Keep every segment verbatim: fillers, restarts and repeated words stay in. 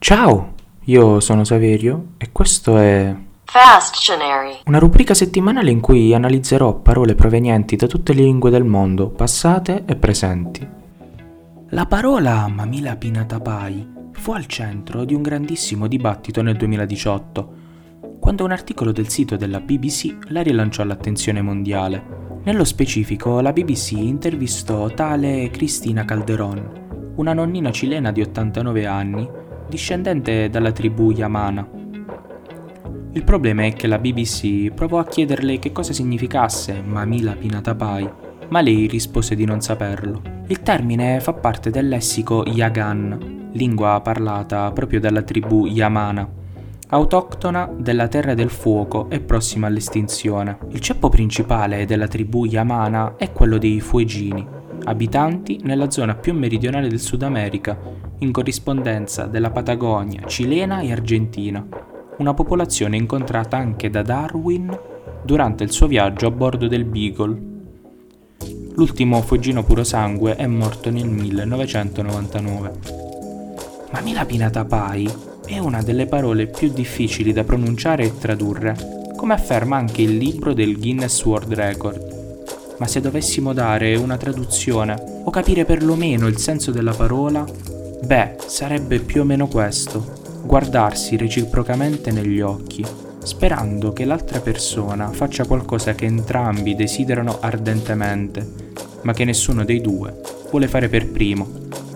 Ciao, io sono Saverio e questo è Fasttionary. una rubrica settimanale in cui analizzerò parole provenienti da tutte le lingue del mondo, passate e presenti. La parola Mamila Pinatapai fu al centro di un grandissimo dibattito nel duemiladiciotto, quando un articolo del sito della B B C la rilanciò all'attenzione mondiale. Nello specifico, la B B C intervistò tale Cristina Calderón, una nonnina cilena di ottantanove anni, discendente dalla tribù Yamana. Il problema è che la B B C provò a chiederle che cosa significasse Mamila Pinatapai, ma lei rispose di non saperlo. Il termine fa parte del lessico Yagan, lingua parlata proprio dalla tribù Yamana, autoctona della Terra del Fuoco e prossima all'estinzione. Il ceppo principale della tribù Yamana è quello dei Fuegini, abitanti nella zona più meridionale del Sud America, in corrispondenza della Patagonia cilena e argentina, una popolazione incontrata anche da Darwin durante il suo viaggio a bordo del Beagle. L'ultimo fueggino purosangue è morto nel millenovecentonovantanove. Mamila Pinatapai è una delle parole più difficili da pronunciare e tradurre, come afferma anche il libro del Guinness World Record. Ma se dovessimo dare una traduzione o capire perlomeno il senso della parola, beh, sarebbe più o meno questo: guardarsi reciprocamente negli occhi, sperando che l'altra persona faccia qualcosa che entrambi desiderano ardentemente, ma che nessuno dei due vuole fare per primo.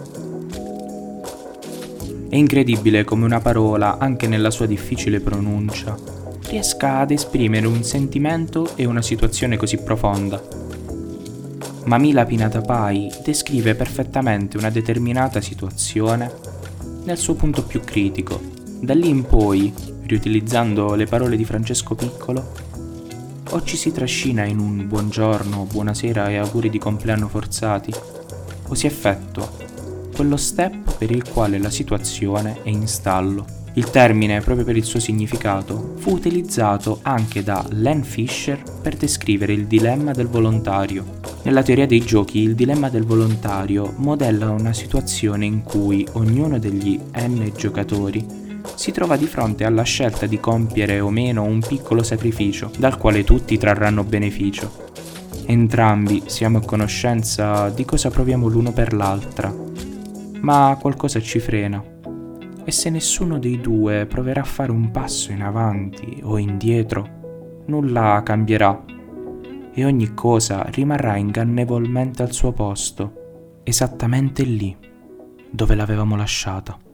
È incredibile come una parola, anche nella sua difficile pronuncia, riesca ad esprimere un sentimento e una situazione così profonda. Mamila Pinatapai descrive perfettamente una determinata situazione nel suo punto più critico. Da lì in poi, riutilizzando le parole di Francesco Piccolo, o ci si trascina in un buongiorno, buonasera e auguri di compleanno forzati, o si effettua quello step per il quale la situazione è in stallo. Il termine, proprio per il suo significato, fu utilizzato anche da Len Fisher per descrivere il dilemma del volontario. Nella teoria dei giochi, il dilemma del volontario modella una situazione in cui ognuno degli N giocatori si trova di fronte alla scelta di compiere o meno un piccolo sacrificio, dal quale tutti trarranno beneficio. Entrambi siamo a conoscenza di cosa proviamo l'uno per l'altra, ma qualcosa ci frena. E se nessuno dei due proverà a fare un passo in avanti o indietro, nulla cambierà e ogni cosa rimarrà ingannevolmente al suo posto, esattamente lì dove l'avevamo lasciata.